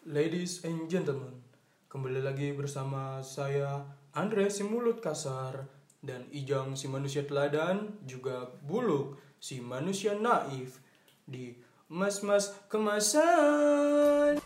Ladies and gentlemen, kembali lagi bersama saya Andre si mulut kasar dan Ijang si manusia teladan, juga Buluk si manusia naif di Mas-mas kemasan.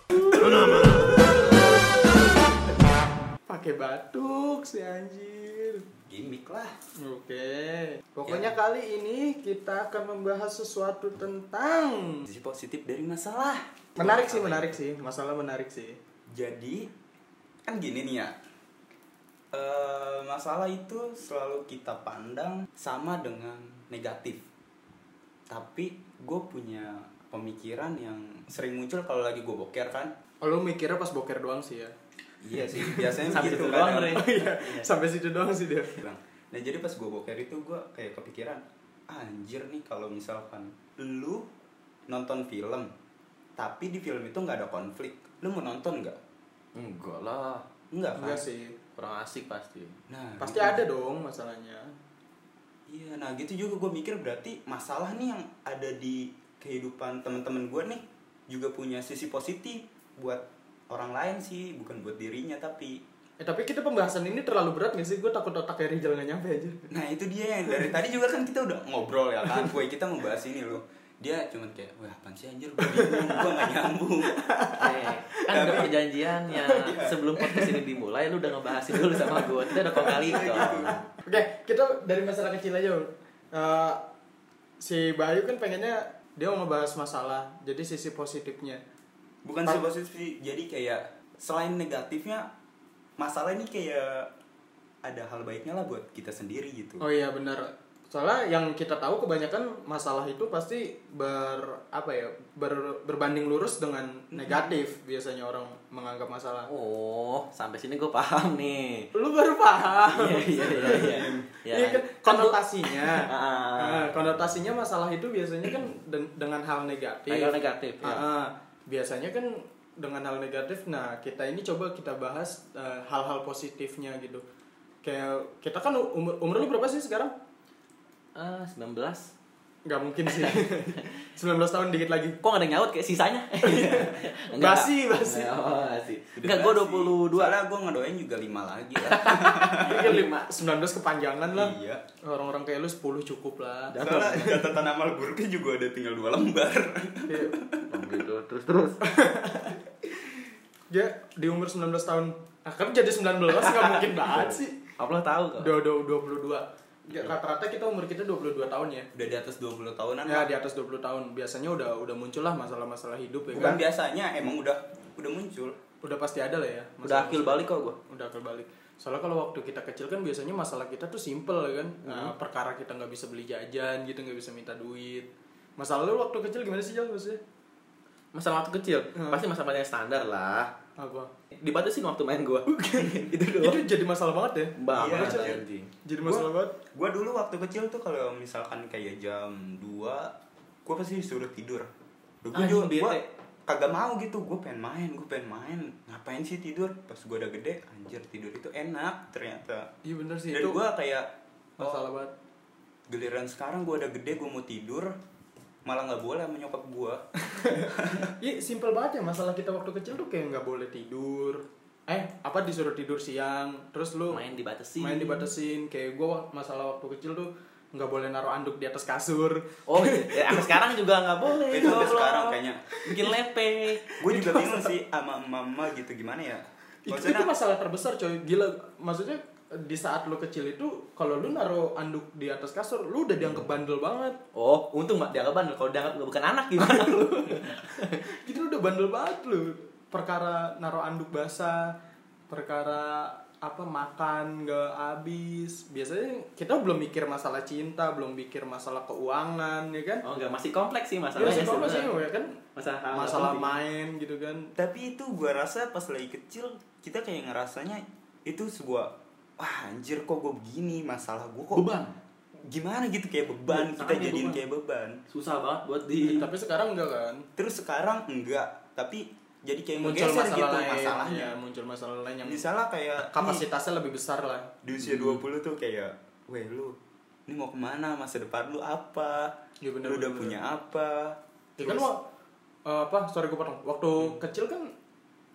Pakai batuk si anjir. Gimik lah. Oke, pokoknya kali ini kita akan membahas sesuatu tentang Sisi positif dari masalah. menarik sih, masalah menarik sih. Jadi kan gini nih ya, masalah itu selalu kita pandang sama dengan negatif. Tapi gue punya pemikiran yang sering muncul kalau lagi gue boker kan. Oh, lu mikirnya pas boker doang sih ya? Iya sih, biasanya Sampai gitu situ kan. doang, Re. Oh iya, sampai situ doang sih dia. Nah jadi pas gue boker itu gue kayak kepikiran, anjir nih kalau misalkan lu nonton film, tapi di film itu nggak ada konflik, lu mau nonton nggak? Enggak lah, Enggak kan? Enggak sih. kurang asik pasti. Nah, Pasti gitu. ada dong masalahnya. Iya, nah gitu juga gue mikir berarti masalah nih yang ada di kehidupan teman-teman gue nih juga punya sisi positif buat orang lain sih, bukan buat dirinya tapi. Tapi kita pembahasan ini terlalu berat gak sih? Gue takut otaknya Rizal gak nyampe aja. Nah itu dia yang dari tadi juga kan kita udah ngobrol ya kan, gue kita membahas ini loh. Dia cuman kayak, wah apaan sih anjir, gue bingung, gue gak nyambung. Kan udah perjanjiannya sebelum podcast ini dimulai lu udah ngebahasin dulu sama gue. Kita udah kong kali itu. Oke, kita dari masalah kecil aja. Si Bayu kan pengennya dia mau ngebahas masalah, jadi sisi positifnya. Bukan sih positif sih, jadi kayak selain negatifnya, masalah ini kayak ada hal baiknya lah buat kita sendiri gitu. Oh iya benar. Soalnya yang kita tahu kebanyakan masalah itu pasti berbanding lurus dengan negatif biasanya orang menganggap masalah. Oh, sampai sini gue paham nih. Lu baru paham. Iya. Iya kan konotasinya. Ah. Konotasinya masalah itu biasanya kan dengan hal negatif. Hal negatif, ya. Biasanya kan dengan hal negatif. Nah, kita ini coba kita bahas hal-hal positifnya gitu. Kayak kita kan umur lu berapa sih sekarang? 19. Nggak mungkin sih. 19 tahun dikit lagi. Kok gak ada yang nyaut kayak sisanya? Basi. Oh, basi. Udah Enggak, gue basi. 22. Soalnya gue ngedoain juga 5 lagi lah. Ini kan 19 kepanjangan lah. Iya. Orang-orang kayak lu 10 cukup lah. Soalnya catatan amal buruknya juga ada tinggal 2 lembar. Kayak, Gitu, terus. dia di umur 19 tahun. Kan jadi 19 nggak mungkin banget sih. Apa lo tahu kok? Udah 22. Ya, rata-rata kita umur kita 22 tahun ya. Udah di atas 20 tahunan. Ya, di atas 20 tahun. Biasanya udah muncul lah masalah-masalah hidup ya kan. Bukan biasanya, emang udah muncul. Udah pasti ada lah ya. Udah akil balik kok gue. Udah akil balik. Soalnya kalau waktu kita kecil kan biasanya masalah kita tuh simple ya kan. Nah, perkara kita nggak bisa beli jajan gitu, nggak bisa minta duit. Masalah lu waktu kecil gimana sih, Jal, maksudnya? Masalah waktu kecil, pasti masalah yang standar lah. Apa? Dibatasin waktu main gue. Itu doang. Itu jadi masalah banget ya. Banget, Iya, anjing. jadi masalah banget. Gue dulu waktu kecil tuh kalau misalkan kayak jam 2, gue pasti disuruh tidur. Gue juga Bete. gua kagak mau gitu, gue pengen main. Ngapain sih tidur? Pas gue udah gede, anjir tidur itu enak ternyata. Iya bener sih Dan itu. gue kayak Masalah banget. giliran sekarang gue udah gede, gue mau tidur malah nggak boleh sama nyokap gue. Iya, simpel banget ya masalah kita waktu kecil tuh kayak nggak boleh tidur. Disuruh tidur siang, terus lu Main dibatasin. Kayak gue masalah waktu kecil tuh nggak boleh naruh anduk di atas kasur. Oh, ya, sampai sekarang juga nggak boleh. Itu sampai goblok. sekarang kayaknya. Bikin lepe. Gue juga bingung sih sama mama gitu, gimana ya. Itu masalah terbesar coy, gila. Maksudnya di saat lu kecil itu kalau lu naruh anduk di atas kasur, lu udah dianggap bandel banget. Oh, untung mbak dianggap bandel. Kalau dianggap bukan anak gimana lu? Gitu udah bandel banget lu. Perkara naruh anduk basah, perkara makan nggak habis. Biasanya kita belum mikir masalah cinta, belum mikir masalah keuangan, ya kan? Oh, enggak, masih kompleks sih Ya, masalahnya. sebenarnya sih, sebenarnya. ya kan? Masalah main gitu kan. Tapi itu gue rasa pas lagi kecil kita kayak ngerasanya itu sebuah, wah anjir kok gue begini, masalah gue kok Beban. gimana gitu, kayak beban, kita Sangat jadiin beban. kayak beban. Susah banget buat di. Tapi sekarang enggak kan? Terus sekarang enggak, tapi jadi kayak Muncul ngegeser masalah gitu lain, masalahnya. ya, muncul masalah lain yang Misalnya kayak kapasitasnya lebih besar lah. di usia 20 tuh kayak, weh lu ini mau kemana, masa depan lu apa, Ya, bener, lu udah bener. punya apa. Ya kan sorry gue potong. Waktu kecil kan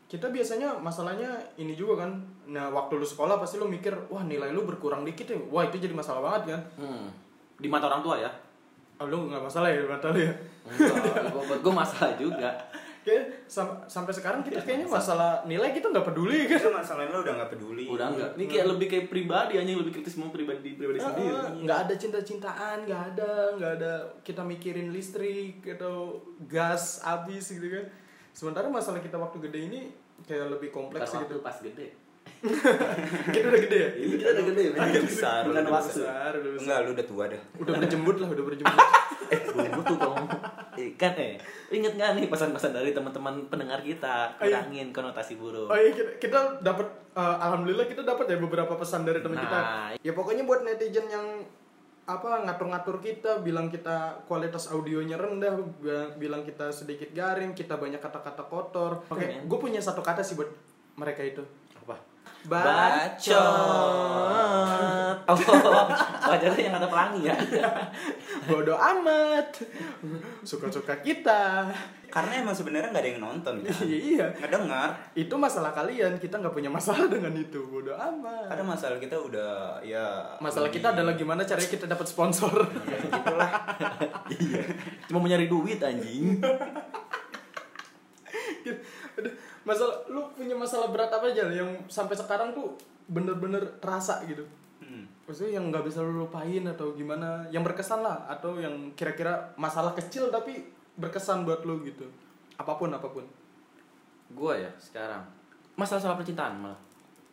kita biasanya masalahnya ini juga kan. Nah, waktu lu sekolah pasti lu mikir, wah nilai lu berkurang dikit ya. Wah, itu jadi masalah banget kan. Di mata orang tua ya. Oh, lu nggak masalah ya, batal ya. Buat gue masalah juga. Kayak sampai sekarang kita kayaknya masalah nilai kita nggak peduli kan. Itu masalahnya lo udah nggak peduli. Udah enggak. Ini kayak lebih kayak pribadi anjing, lebih kritis semua pribadi sendiri. Nggak ada cinta-cintaan, nggak ada kita mikirin listrik atau gas habis gitu kan. Sementara masalah kita waktu gede ini kayak lebih kompleks Pas gitu. waktu pas gede. Kita udah gede ya? Iya, kita udah gede. Udah besar. Bukan udah waktu. Besar, udah besar. Enggak, lu udah tua dah. Udah berjembut lah, udah berjembut. Gue tuh kalau kan inget nggak nih pesan-pesan dari teman-teman pendengar kita, kurangin konotasi buruk. Oh iya, kita dapat alhamdulillah kita dapat ya beberapa pesan dari teman kita. Ya pokoknya buat netizen yang ngatur-ngatur kita, bilang kita kualitas audionya rendah, bilang kita sedikit garing, kita banyak kata-kata kotor. Oke, gue punya satu kata sih buat mereka itu. Apa? Bacot. Oh, wajarnya yang ada pelangi ya. Bodoh amat. Suka-suka kita. Karena emang sebenarnya nggak ada yang nonton kan. Iya. Ngedengar. Itu masalah kalian, kita nggak punya masalah dengan itu. Bodoh amat. Ada masalah kita udah ya. Masalah kita adalah gimana caranya kita dapat sponsor. Ya gitulah. Iya. Cuma mau nyari duit anjing. Masalah lu punya masalah berat apa aja yang sampai sekarang tuh bener-bener terasa gitu. Maksudnya yang nggak bisa lu lupain atau gimana, yang berkesan lah, atau yang kira-kira masalah kecil tapi berkesan buat lu gitu. Apapun. Gua ya sekarang masalah percintaan malah.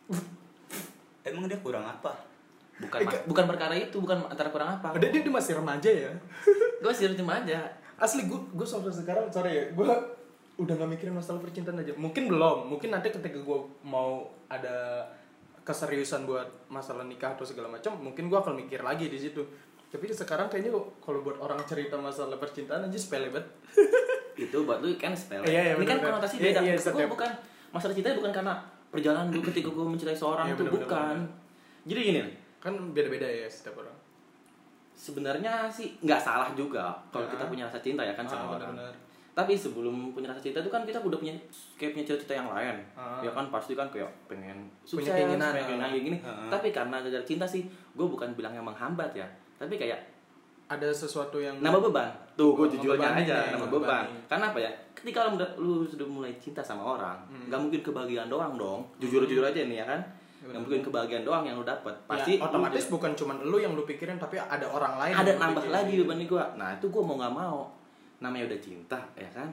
Emang dia kurang apa? Bukan perkara itu, bukan antara kurang apa. Dia masih remaja ya. Gue sih cuma aja. Asli gue sampai sekarang sorry ya, gue udah nggak mikirin masalah percintaan aja. Mungkin nanti ketika gue mau ada keseriusan buat masalah nikah atau segala macam, mungkin gue akan mikir lagi di situ. Tapi sekarang kayaknya kalau buat orang cerita masalah percintaan aja sepele banget. Itu buat lu kan sepele. Iya, ini kan bener-bener. konotasi beda. Iya, Gue bukan masalah cinta bukan karena perjalanan gue ketika gue mencintai seorang Iya, itu bener-bener. bukan. Jadi gini, Kan beda-beda ya setiap orang. sebenarnya sih nggak salah juga kalau kita punya rasa cinta ya kan sama orang. Benar. Tapi sebelum punya rasa cinta itu kan kita udah punya cita-cita yang lain. Ya kan pasti kan kayak pengen sukses, Punya keinginan. pengen kayak gini. Tapi karena dari cinta sih, gue bukan bilang yang menghambat ya. Tapi kayak Ada sesuatu yang nambah beban. Tuh, gue jujur Membebani aja nih, nambah membebani. beban. Karena apa ya? Ketika lu sudah mulai cinta sama orang, nggak mungkin kebahagiaan doang dong. Jujur-jujur aja nih ya kan. Nggak mungkin kebahagiaan doang yang lu dapat. Pasti ya, otomatis bukan cuma lu yang lu pikirin, tapi ada orang lain. ada yang lu nambah pikirin. lagi beban gue. Nah, itu gue mau nggak mau. Namanya udah cinta, ya kan?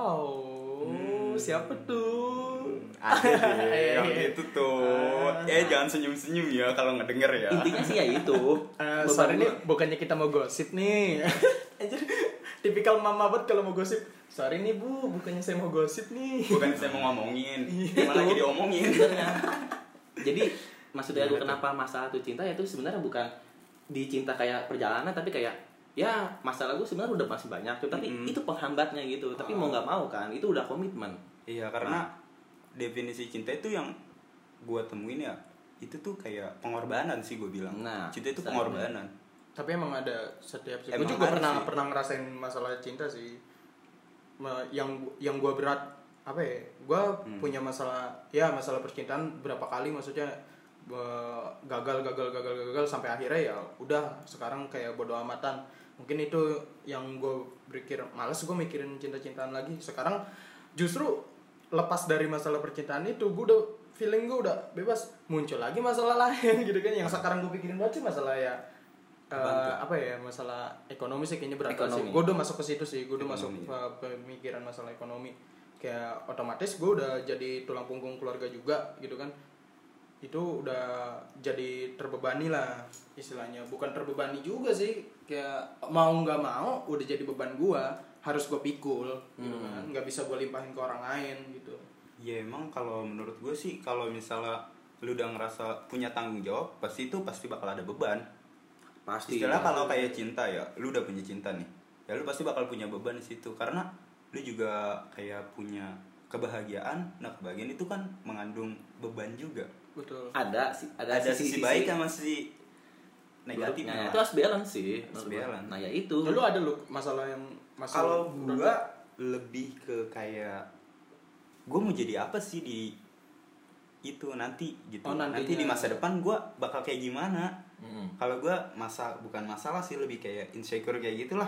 Siapa tuh? Ada deh yang itu tuh. Jangan senyum-senyum ya kalau ngedenger ya. Intinya sih ya itu. Sorry nih, bukannya kita mau gosip nih. Anjir, tipikal mama banget kalau mau gosip. Sorry nih bu, bukannya saya mau gosip nih. Bukan saya mau ngomongin. Iya. Malah jadi omongin. Sebenarnya. Jadi maksudnya gue kenapa masalah tuh cinta ya itu sebenarnya bukan di cinta kayak perjalanan, tapi kayak ya masalah gue sebenarnya udah masih banyak tuh, tapi itu penghambatnya gitu. Tapi mau nggak mau kan, itu udah komitmen. Iya, karena definisi cinta itu yang gue temuin ya, itu tuh kayak pengorbanan sih gue bilang. Nah, cinta itu misalnya. pengorbanan. Tapi emang ada setiap sih. Gue Emang juga ada pernah sih. ngerasain masalah cinta sih. Yang gue berat apa ya? Gue punya masalah percintaan berapa kali, maksudnya gagal sampai akhirnya ya udah sekarang kayak bodo amatan. Mungkin itu yang gue berpikir males gue mikirin cinta-cintaan lagi. Sekarang justru lepas dari masalah percintaan itu, gue udah feeling gue udah bebas, muncul lagi masalah lain gitu kan. Yang sekarang gue pikirin banget sih masalah ya masalah ekonomi sih kayaknya berat sih. Gue udah masuk ke situ sih, gue udah masuk ke pemikiran masalah ekonomi. Kayak otomatis gue udah jadi tulang punggung keluarga juga gitu kan. Itu udah jadi terbebani lah istilahnya. Bukan terbebani juga sih, kayak mau nggak mau udah jadi beban gue, harus gue pikul gitu kan. Nggak bisa gue limpahin ke orang lain gitu. Ya emang kalau menurut gue sih, kalau misalnya lu udah ngerasa punya tanggung jawab, pasti bakal ada beban. Pasti. Istilah kalau kayak cinta ya, lu udah punya cinta nih, ya lu pasti bakal punya beban di situ, karena lu juga kayak punya kebahagiaan. Nah, kebahagiaan itu kan mengandung beban juga. Betul. Ada sisi baik sama sisi negatifnya. Nah, itu harus balance sih. Harus balance. Nah, ya itu. Lu ada lu masalah yang Kalau gua lebih ke kayak gue mau jadi apa sih di itu nanti gitu. Nantinya. Nanti di masa depan gue bakal kayak gimana. Kalau gue bukan masalah sih, lebih kayak insecure kayak gitulah.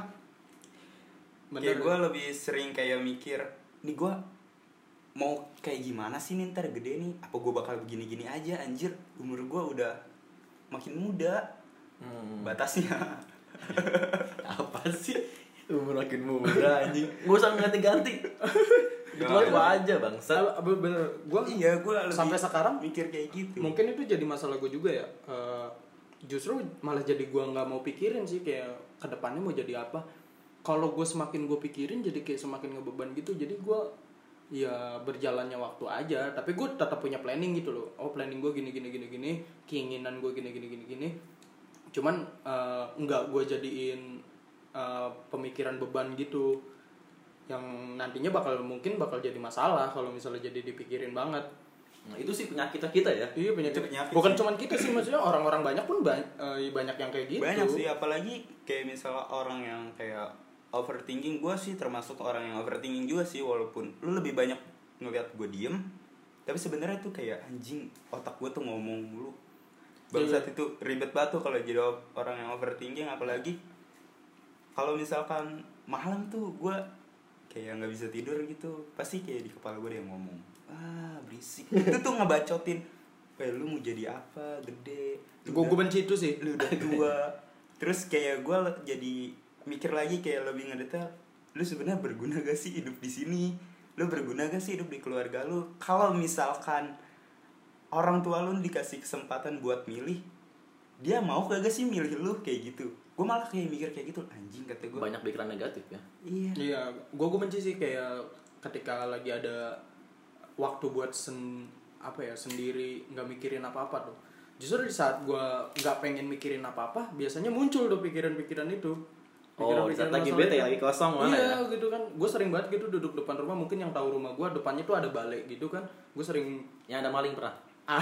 Kayak gue lebih sering kayak mikir, nih gue mau kayak gimana sih nih ntar gede nih, apa gue bakal begini-gini aja, anjir umur gue udah makin muda. Batasnya Apa sih? Umur makin muda anjing. Gak usah ganti-ganti. Kecuali gua aja bangsa. Bener, gue lebih sampai sekarang mikir kayak gitu. mungkin itu jadi masalah gue juga ya. Justru malah jadi gue nggak mau pikirin sih kayak kedepannya mau jadi apa. Kalau gue semakin gue pikirin jadi kayak semakin ngebeban gitu. Jadi gue ya berjalannya waktu aja. Tapi gue tetap punya planning gitu loh. Oh planning gue gini, keinginan gue gini. Cuman nggak gue jadiin pemikiran beban gitu. Yang nantinya mungkin bakal jadi masalah kalau misalnya jadi dipikirin banget. Nah, itu sih penyakit kita ya. Iya penyakit. Bukan Bukan cuma kita sih, maksudnya orang-orang banyak pun banyak yang kayak gitu. Banyak sih, apalagi kayak misalnya orang yang kayak overthinking. Gue sih termasuk orang yang overthinking juga sih, walaupun lu lebih banyak ngeliat gue diem, tapi sebenarnya tuh kayak anjing, otak gue tuh ngomong mulu. Bangsat itu ribet banget tuh kalau jadi orang yang overthinking. Apalagi kalau misalkan malam tuh gue kayak nggak bisa tidur gitu, pasti kayak di kepala gue ada yang ngomong, berisik. Itu tuh ngebacotin, lu mau jadi apa gede. Gue benci itu sih. Lu udah tua. Terus kayak gue jadi mikir lagi kayak lebih ngedetail, lu sebenarnya berguna gak sih hidup di sini? Lu berguna gak sih hidup di keluarga lu? Kalau misalkan orang tua lu dikasih kesempatan buat milih, dia mau kagak sih milih lu kayak gitu? Gue malah kayak mikir kayak gitu, anjing kata gue. Banyak pikiran negatif ya. Iya, gue benci sih kayak ketika lagi ada waktu buat sendiri, nggak mikirin apa-apa tuh. Justru di saat gue nggak pengen mikirin apa-apa, biasanya muncul tuh pikiran-pikiran itu. Di saat lagi bete lagi kosong mana iya, ya? gitu kan. Gue sering banget gitu duduk depan rumah. Mungkin yang tahu rumah gue depannya tuh ada balai gitu kan. Gue sering Yang ada maling pernah.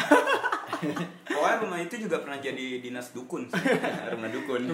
Pokoknya rumah itu juga pernah jadi dinas dukun sih. Rumah dukun.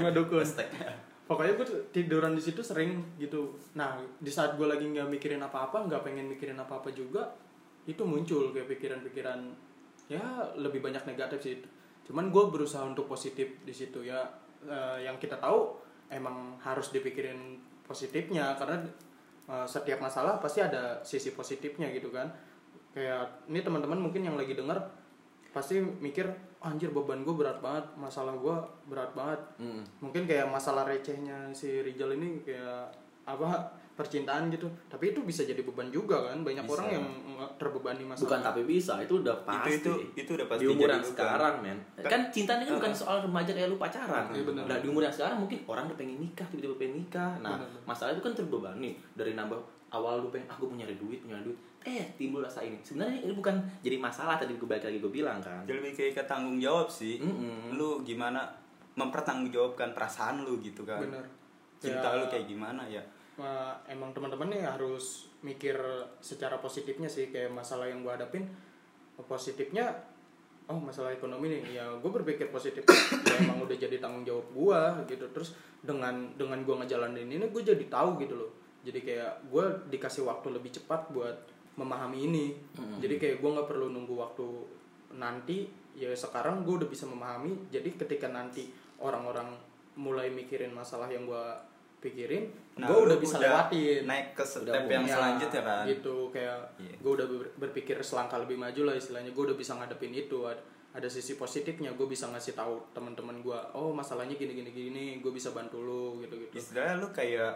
Pokoknya gue tiduran di situ sering gitu. Nah, di saat gue lagi nggak mikirin apa-apa, nggak pengen mikirin apa-apa juga, itu muncul kayak pikiran-pikiran ya lebih banyak negatif sih. Cuman gue berusaha untuk positif di situ ya. Yang kita tahu emang harus dipikirin positifnya karena setiap masalah pasti ada sisi positifnya gitu kan. Kayak ini teman-teman mungkin yang lagi denger pasti mikir, anjir beban gue berat banget, masalah gue berat banget. Mungkin kayak masalah recehnya si Rizal ini kayak apa, percintaan gitu, tapi itu bisa jadi beban juga kan. Banyak orang yang terbebani masalah. Bukan tapi bisa, itu udah pasti. Itu udah pasti di umur yang jadi sekarang men. Kan cinta ini kan bukan soal remaja kayak lu pacaran. Iya, bener. Nah di umur yang sekarang mungkin orang udah pengen nikah, tiba-tiba pengen nikah. Nah Bener. masalah itu kan terbebani dari nambah awal lu pengen gue punya duit, timbul rasa ini. Sebenarnya ini bukan jadi masalah, tadi gue balik lagi gue bilang kan. Jadi lebih kayak tanggung jawab sih. Lu gimana mempertanggungjawabkan perasaan lu gitu kan. Bener. Cinta Ya, lu kayak gimana ya. Emang teman-teman nih harus mikir secara positifnya sih. Kayak masalah yang gue hadapin, positifnya masalah ekonomi nih ya, gue berpikir positif. Ya emang udah jadi tanggung jawab gue gitu. Terus dengan gue ngejalanin ini, gue jadi tahu gitu loh. Jadi kayak gue dikasih waktu lebih cepat buat memahami ini. Jadi kayak gue nggak perlu nunggu waktu nanti, ya sekarang gue udah bisa memahami. Jadi ketika nanti orang-orang mulai mikirin masalah yang gue pikirin, gue udah bisa lewatin, naik ke step yang selanjutnya kan gitu. Kayak gue udah berpikir selangkah lebih maju lah istilahnya. Gue udah bisa ngadepin itu. Ada sisi positifnya, gue bisa ngasih tahu teman-teman gue, masalahnya gini, gue bisa bantu lu gitu. Istilahnya lu kayak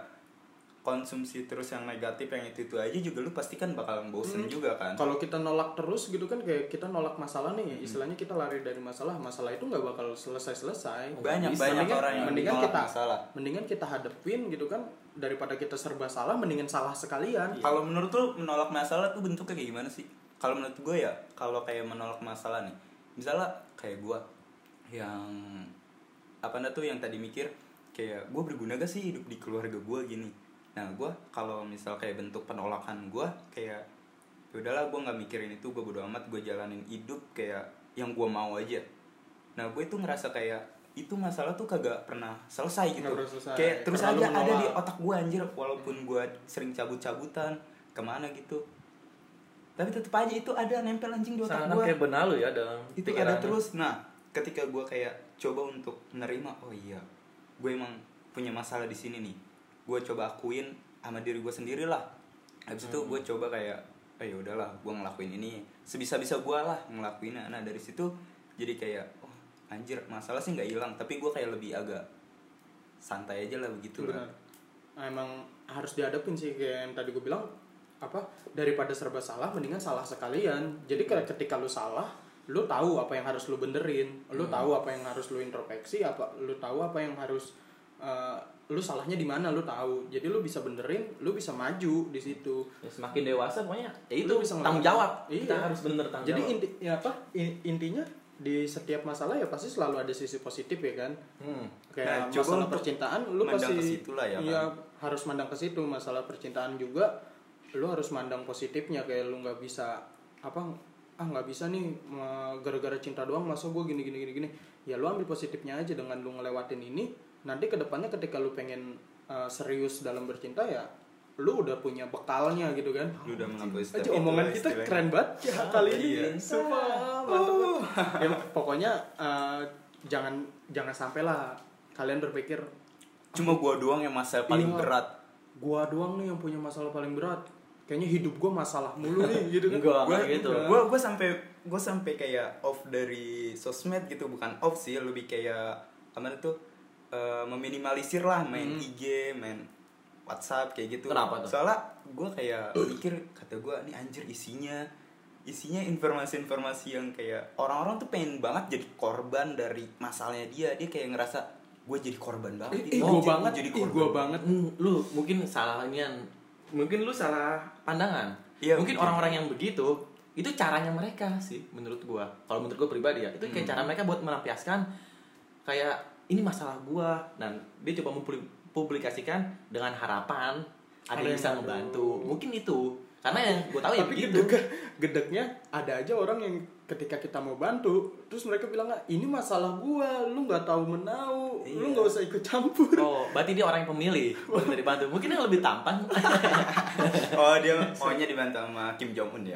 konsumsi terus yang negatif yang itu aja juga lu pasti kan bakalan bosen juga kan. Kalau kita nolak terus gitu kan, kayak kita nolak masalah nih, istilahnya kita lari dari masalah itu nggak bakal selesai. Banyak orang yang nolak masalah. Mendingan kita hadepin gitu kan, daripada kita serba salah, mendingan salah sekalian. Kalau menurut lu menolak masalah tuh bentuknya kayak gimana sih? Kalau menurut gue ya, kalau kayak menolak masalah nih, misalnya kayak gue yang yang tadi mikir kayak gue berguna gak sih hidup di keluarga gue gini. Nah gue kalau misal kayak bentuk penolakan gue kayak yaudahlah, gue nggak mikirin itu, gue bodo amat, gue jalanin hidup kayak yang gue mau aja. Nah gue tuh ngerasa kayak itu masalah tuh kagak pernah selesai gitu. Kayak terus aja ada di otak gue anjir, walaupun gue sering cabut-cabutan kemana gitu. tapi tetap aja itu ada nempel anjing di otak Sangat gue. kayak benalu ya dalam Itu ada terus. Nah, ketika gue kayak coba untuk menerima, oh iya, gue emang punya masalah di sini nih. Gue coba akuin sama diri gue sendiri lah. Habis itu gue coba kayak, ya udahlah, gue ngelakuin ini sebisa-bisa gue lah ngelakuinnya. Nah dari situ jadi kayak, oh anjir, masalah sih nggak hilang, tapi gue kayak lebih agak santai aja lah begitu lah. Nah, emang harus dihadapin sih kayak yang tadi gue bilang, apa, daripada serba salah mendingan salah sekalian. Jadi kayak ketika lu salah, lu tahu apa yang harus lu benerin, lu tahu apa yang harus lu introspeksi, lu tahu apa yang harus lu salahnya di mana, lu tahu. Jadi lu bisa benerin, lu bisa maju di situ. Ya, semakin dewasa pokoknya ya itu Lu bisa tanggung jawab. Iya. Kita harus bener tanggung Jadi jawab. intinya di setiap masalah ya pasti selalu ada sisi positif ya kan. Kayak Nah, coba masalah untuk percintaan lu mandang pasti ke situ lah ya iya, kan? harus mandang ke situ. Masalah percintaan juga lu harus mandang positifnya, kayak lu nggak bisa nggak bisa nih gara-gara cinta doang masa gue gini. Ya lu ambil positifnya aja dengan lu ngelewatin ini. Nanti kedepannya ketika lu pengen serius dalam bercinta ya lu udah punya bekalnya gitu kan. Lu udah mengambil Aja omongan kita keren banget ya kali ini. Iya. Sumpah, mantap banget. Ya, pokoknya jangan sampai lah kalian berpikir cuma gua doang yang masalah paling iya, berat. Gua doang nih yang punya masalah paling berat. Kayaknya hidup gua masalah mulu nih gitu kan. Enggak gitu. Gue sampai kayak off dari sosmed gitu, bukan off sih, lebih kayak apa tuh, meminimalisir lah main IG, main WhatsApp kayak gitu. Kenapa tuh? Soalnya gue kayak mikir, kata gue nih anjir isinya informasi-informasi yang kayak orang-orang tuh pengen banget jadi korban dari masalahnya dia kayak ngerasa gue jadi korban banget. Gue Gua banget. Lu mungkin salahnya, mungkin lu salah pandangan. Iya, mungkin mungkin. orang-orang yang begitu itu caranya mereka sih menurut gua. Kalau menurut gua pribadi ya, itu kayak cara mereka buat melampiaskan kayak ini masalah gua, dan dia coba mempublikasikan dengan harapan ada yang bisa membantu. Mungkin itu. Karena yang gua tahu ya Tapi begitu. gedeknya ada aja orang yang ketika kita mau bantu terus mereka bilang, ini masalah gua, lu nggak tahu menau, lu nggak usah ikut campur. Oh, berarti dia orang yang pemilih buat dibantu. Mungkin yang lebih tampan. Oh, dia maunya dibantu sama Kim Jong Un ya.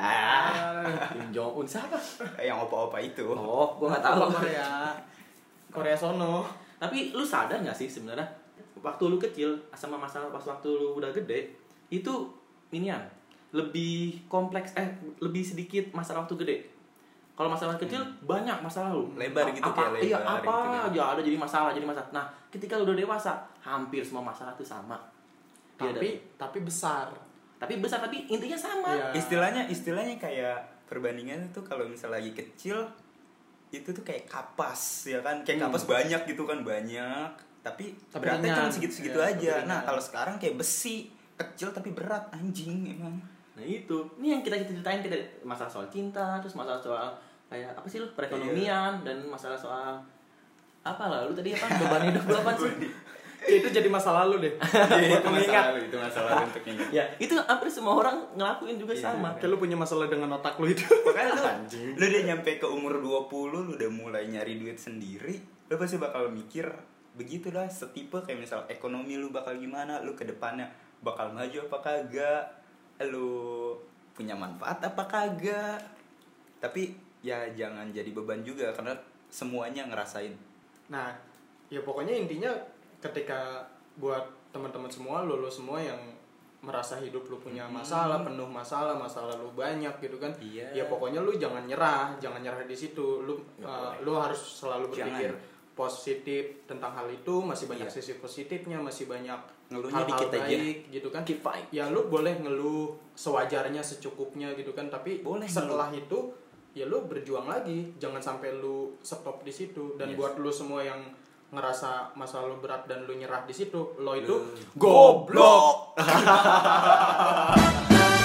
Kim Jong Un siapa? Yang opa-opa itu. Oh, gua nggak tahu. Korea sono. Tapi lu sadar nggak sih sebenarnya waktu lu kecil sama masalah pas waktu lu udah gede itu inian lebih kompleks, lebih sedikit masalah waktu gede. Kalau masalah kecil banyak masalah lu. Lebar gitu, apa, kayak lebar iya, apa gitu kan. aja ada jadi masalah. Nah, ketika lu udah dewasa, hampir semua masalah itu sama. Tapi besar. Tapi intinya sama. Iya. Istilahnya kayak perbandingan itu kalau misalnya lagi kecil itu tuh kayak kapas ya kan, kayak kapas banyak gitu kan, banyak tapi beratnya ringan. cuma segitu-segitu Ya, aja. tapi Nah ringan. kalau sekarang kayak besi kecil tapi berat, anjing emang. Nah itu, ini yang kita ceritain, kita masalah soal cinta, terus masalah soal kayak apa sih lu perekonomian, dan masalah soal apa lah lu tadi apa beban hidup lu apa sih? Itu jadi masa lalu deh. Itu masalah untuk ingat. Ya itu hampir semua orang ngelakuin juga Iya, sama. Kayak lu punya masalah dengan otak lu itu. Makanya lu udah nyampe ke umur 20, lu udah mulai nyari duit sendiri, lu pasti bakal mikir begitulah, setipe kayak misal ekonomi lu bakal gimana, lu ke depannya bakal maju apa kagak, lu punya manfaat apa kagak. Tapi ya jangan jadi beban juga karena semuanya ngerasain. Nah, ya pokoknya intinya ketika buat teman-teman semua, lo semua yang merasa hidup lu punya masalah, penuh masalah lu banyak gitu kan. Iya. Ya pokoknya lu jangan nyerah di situ. Lu harus selalu berpikir positif tentang hal itu, masih banyak sisi positifnya, masih banyak Ngeluhnya hal-hal dikit aja. baik gitu kan. Ya lu boleh ngeluh sewajarnya, secukupnya gitu kan, tapi Boleh setelah itu ya lu berjuang lagi, jangan sampai lu stop di situ. Dan buat lu semua yang ngerasa masalah lu berat dan lu nyerah di situ, lo itu goblok.